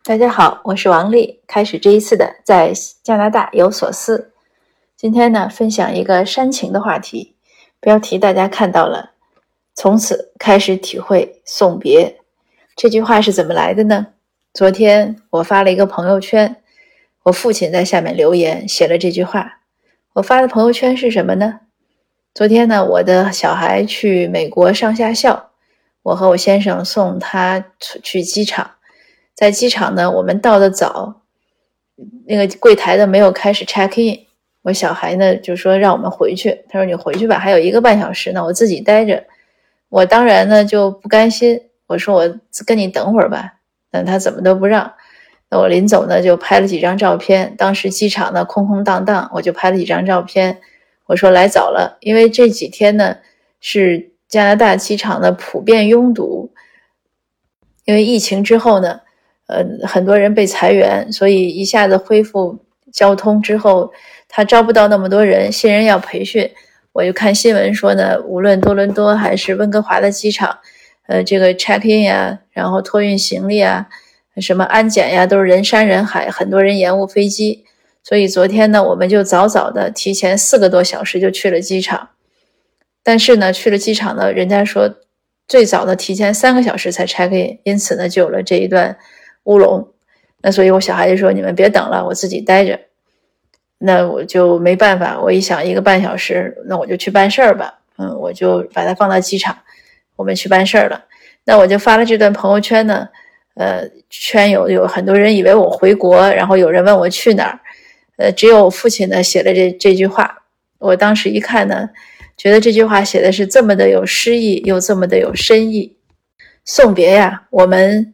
大家好，我是王丽，开始这一次的在加拿大有所思。今天呢，分享一个煽情的话题，标题大家看到了，从此开始体会送别。这句话是怎么来的呢？昨天我发了一个朋友圈，我父亲在下面留言写了这句话。我发的朋友圈是什么呢？昨天呢，我的小孩去美国上下校，我和我先生送他去机场。在机场呢，我们到的早，那个柜台的没有开始 check in， 我小孩呢就说让我们回去，他说你回去吧，还有1个半小时呢，我自己待着。我当然呢就不甘心，我说我跟你等会儿吧，但他怎么都不让。那我临走呢就拍了几张照片，当时机场呢空空荡荡，我就拍了几张照片。我说来早了，因为这几天呢是加拿大机场的普遍拥堵，因为疫情之后呢很多人被裁员，所以一下子恢复交通之后，他招不到那么多人，新人要培训。我就看新闻说呢，无论多伦多还是温哥华的机场，这个 check in 呀，然后托运行李啊，什么安检呀，都是人山人海，很多人延误飞机。所以昨天呢，我们就早早的提前4个多小时就去了机场。但是呢，去了机场呢，人家说最早的提前3个小时才 check in， 因此呢，就有了这一段乌龙。那所以我小孩就说你们别等了，我自己待着。那我就没办法，我一想1个半小时，那我就去办事儿吧。我就把它放到机场，我们去办事儿了。那我就发了这段朋友圈呢，圈有很多人以为我回国，然后有人问我去哪儿，只有我父亲呢写了这句话。我当时一看呢，觉得这句话写的是这么的有诗意，又这么的有深意。送别呀，我们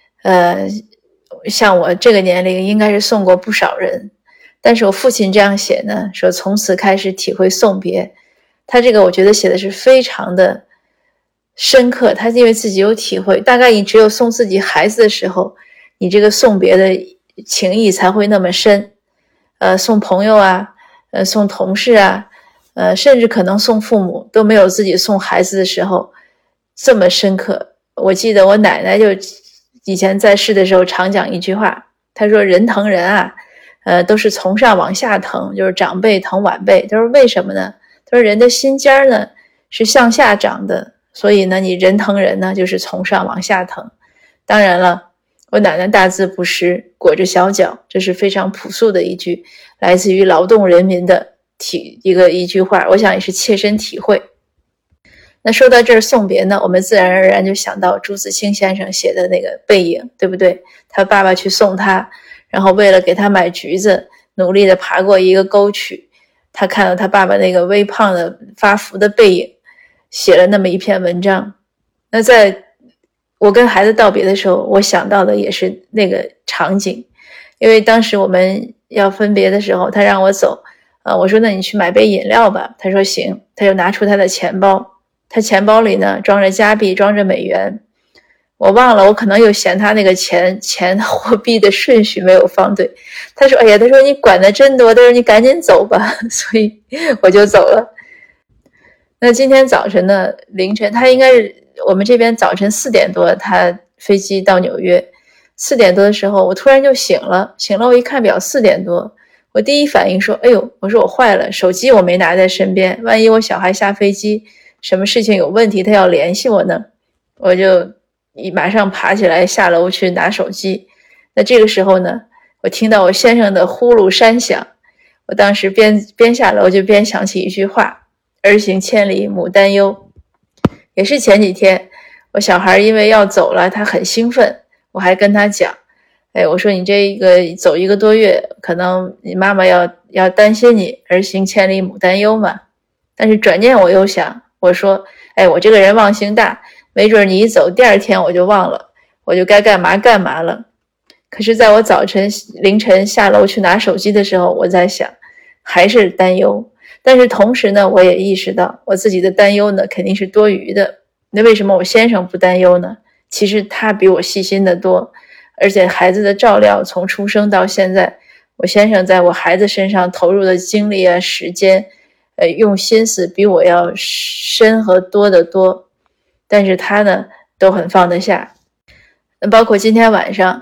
像我这个年龄应该是送过不少人，但是我父亲这样写呢，说从此开始体会送别。他这个我觉得写的是非常的深刻，他因为自己有体会，大概你只有送自己孩子的时候，你这个送别的情谊才会那么深。送朋友啊，送同事啊，甚至可能送父母都没有自己送孩子的时候这么深刻。我记得我奶奶就以前在世的时候常讲一句话，她说人疼人啊，都是从上往下疼，就是长辈疼晚辈。她说为什么呢？她说人的心尖呢是向下长的，所以呢你人疼人呢就是从上往下疼。当然了，我奶奶大字不识，裹着小脚，这是非常朴素的一句来自于劳动人民的一句话，我想也是切身体会。那说到这儿送别呢，我们自然而然就想到朱自清先生写的那个背影，对不对？他爸爸去送他，然后为了给他买橘子，努力的爬过一个沟渠，他看到他爸爸那个微胖的发福的背影，写了那么一篇文章。那在我跟孩子道别的时候，我想到的也是那个场景，因为当时我们要分别的时候，他让我走，我说那你去买杯饮料吧，他说行，他就拿出他的钱包，他钱包里呢装着加币，装着美元，我忘了，我可能又嫌他那个钱货币的顺序没有放对。他说：“哎呀，他说你管的真多，他说你赶紧走吧。”所以我就走了。那今天早晨呢，凌晨，他应该是我们这边早晨4点多，他飞机到纽约。4点多的时候，我突然就醒了，我一看表4点多，我第一反应说：“哎呦，我说我坏了，手机我没拿在身边，万一我小孩下飞机，什么事情有问题，他要联系我呢？”我就马上爬起来下楼去拿手机。那这个时候呢，我听到我先生的呼噜山响，我当时边下楼就边想起一句话：儿行千里母担忧。也是前几天我小孩因为要走了，他很兴奋，我还跟他讲，我说你这个走1个多月，可能你妈妈要担心你，儿行千里母担忧嘛。但是转念我又想，我说我这个人忘性大，没准你一走第2天我就忘了，我就该干嘛了。可是在我凌晨下楼去拿手机的时候，我在想还是担忧。但是同时呢，我也意识到我自己的担忧呢肯定是多余的。那为什么我先生不担忧呢？其实他比我细心的多，而且孩子的照料从出生到现在，我先生在我孩子身上投入的精力啊、时间，用心思比我要深和多得多。但是他呢都很放得下。包括今天晚上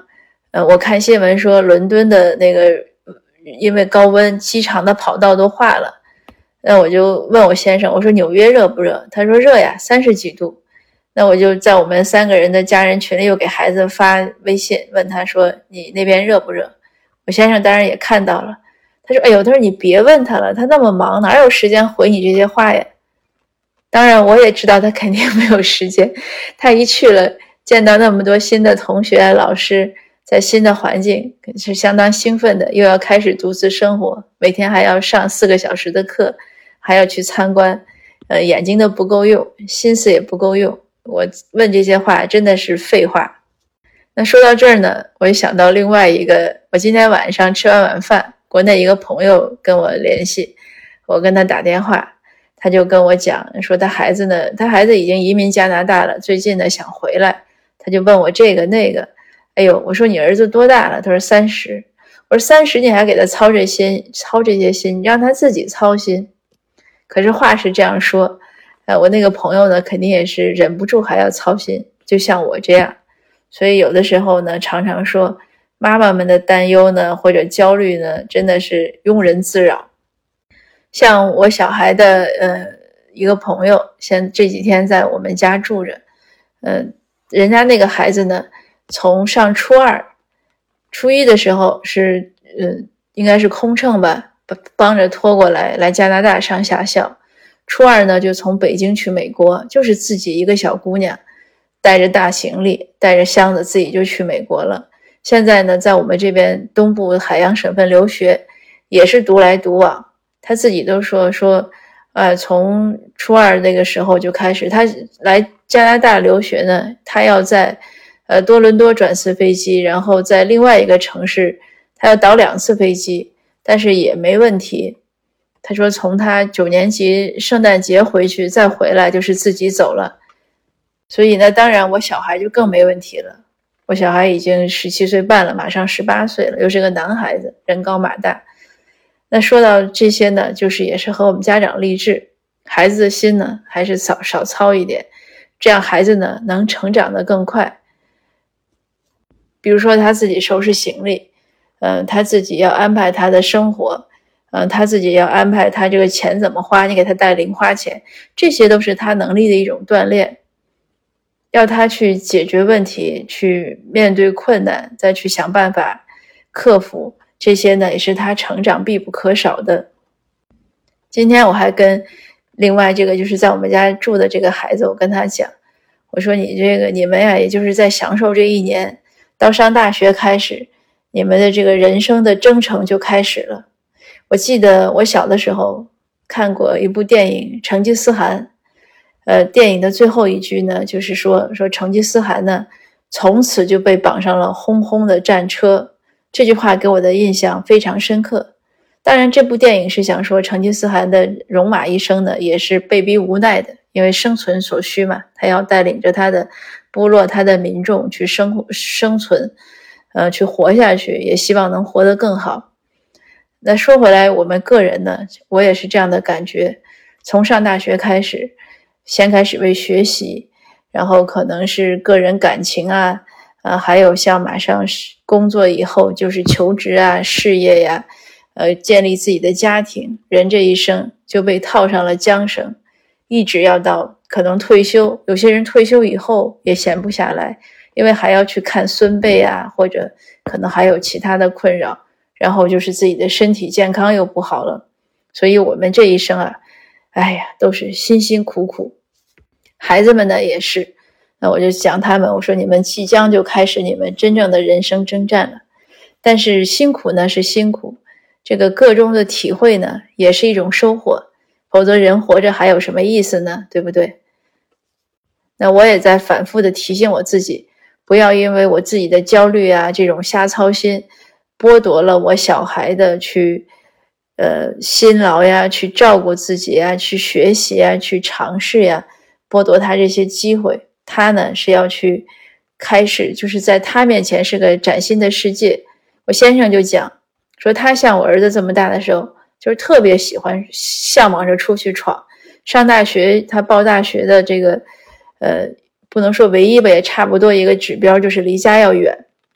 我看新闻说伦敦的那个因为高温机场的跑道都化了，那我就问我先生，我说纽约热不热？他说热呀，30几度。那我就在我们3个人的家人群里又给孩子发微信问他说你那边热不热？我先生当然也看到了，他说哎呦，他说你别问他了，他那么忙哪有时间回你这些话呀？当然我也知道他肯定没有时间，他一去了见到那么多新的同学老师，在新的环境是相当兴奋的，又要开始独自生活，每天还要上4个小时的课，还要去参观，眼睛都不够用，心思也不够用，我问这些话真的是废话。那说到这儿呢，我就想到另外一个，我今天晚上吃完晚饭，国内一个朋友跟我联系，我跟他打电话，他就跟我讲说他孩子已经移民加拿大了，最近呢想回来，他就问我这个那个。哎呦，我说你儿子多大了？他说30。我说30你还给他操这些心，你让他自己操心。可是话是这样说，我那个朋友呢肯定也是忍不住还要操心，就像我这样。所以有的时候呢常常说妈妈们的担忧呢或者焦虑呢真的是庸人自扰。像我小孩的一个朋友这几天在我们家住着，人家那个孩子呢从上初2初1的时候是应该是空乘吧，帮着拖过来加拿大上下校，初2呢就从北京去美国，就是自己一个小姑娘带着大行李带着箱子自己就去美国了。现在呢在我们这边东部海洋省份留学，也是独来独往，他自己都说从初2那个时候就开始，他来加拿大留学呢，他要在多伦多转次飞机，然后在另外一个城市他要倒2次飞机，但是也没问题。他说从他9年级圣诞节回去再回来就是自己走了。所以呢当然我小孩就更没问题了，我小孩已经17岁半了，马上18岁了，又是个男孩子，人高马大。那说到这些呢，就是也是和我们家长励志，孩子的心呢还是少操一点，这样孩子呢能成长得更快。比如说他自己收拾行李，他自己要安排他的生活，他自己要安排他这个钱怎么花，你给他带零花钱，这些都是他能力的一种锻炼。要他去解决问题，去面对困难，再去想办法克服，这些呢也是他成长必不可少的。今天我还跟另外这个就是在我们家住的这个孩子，我跟他讲，我说你们呀，也就是在享受这1年，到上大学开始，你们的这个人生的征程就开始了。我记得我小的时候看过一部电影《成吉思汗》，电影的最后一句呢，就是说成吉思汗呢，从此就被绑上了轰轰的战车。这句话给我的印象非常深刻。当然这部电影是想说成吉思汗的戎马一生呢也是被逼无奈的，因为生存所需嘛，他要带领着他的部落他的民众去生存，去活下去，也希望能活得更好。那说回来我们个人呢，我也是这样的感觉，从上大学开始，先开始为学习，然后可能是个人感情啊，还有像马上工作以后就是求职啊，事业呀，建立自己的家庭，人这一生就被套上了缰绳，一直要到可能退休，有些人退休以后也闲不下来，因为还要去看孙辈啊，或者可能还有其他的困扰，然后就是自己的身体健康又不好了。所以我们这一生啊，哎呀，都是辛辛苦苦。孩子们呢也是，那我就讲他们，我说你们即将就开始你们真正的人生征战了。但是辛苦呢是辛苦，这个个中的体会呢也是一种收获，否则人活着还有什么意思呢，对不对？那我也在反复的提醒我自己，不要因为我自己的焦虑啊，这种瞎操心，剥夺了我小孩的去辛劳呀，去照顾自己呀，去学习呀，去尝试呀，剥夺他这些机会。他呢是要去开始，就是在他面前是个崭新的世界。我先生就讲说，他像我儿子这么大的时候，就是特别喜欢向往着出去闯。上大学，他报大学的这个不能说唯一吧，也差不多一个指标就是离家要远。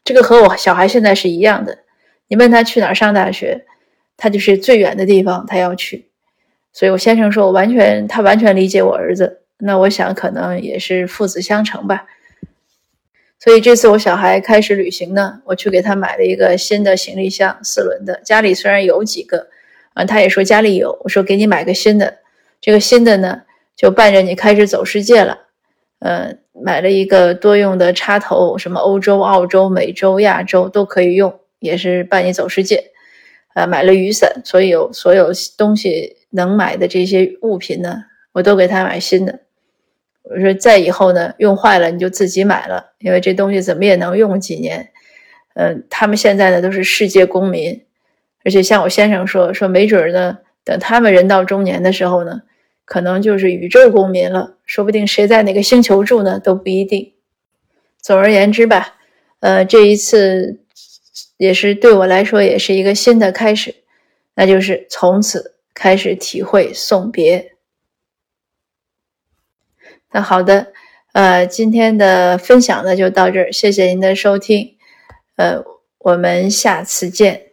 这个和我小孩现在是一样的，你问他去哪儿上大学，他就是最远的地方他要去。所以我先生说他完全理解我儿子，那我想可能也是父子相成吧。所以这次我小孩开始旅行呢，我去给他买了一个新的行李箱，4轮的，家里虽然有几个他也说家里有，我说给你买个新的，这个新的呢就伴着你开始走世界了。买了一个多用的插头，什么欧洲、澳洲、美洲、亚洲都可以用，也是伴你走世界。买了雨伞，所有东西能买的这些物品呢，我都给他买新的。我说再以后呢，用坏了你就自己买了，因为这东西怎么也能用几年。他们现在呢都是世界公民，而且像我先生说没准呢，等他们人到中年的时候呢，可能就是宇宙公民了，说不定谁在哪个星球住呢都不一定。总而言之吧，这一次也是对我来说也是一个新的开始，那就是从此开始体会送别。那好的，今天的分享呢就到这儿，谢谢您的收听，我们下次见。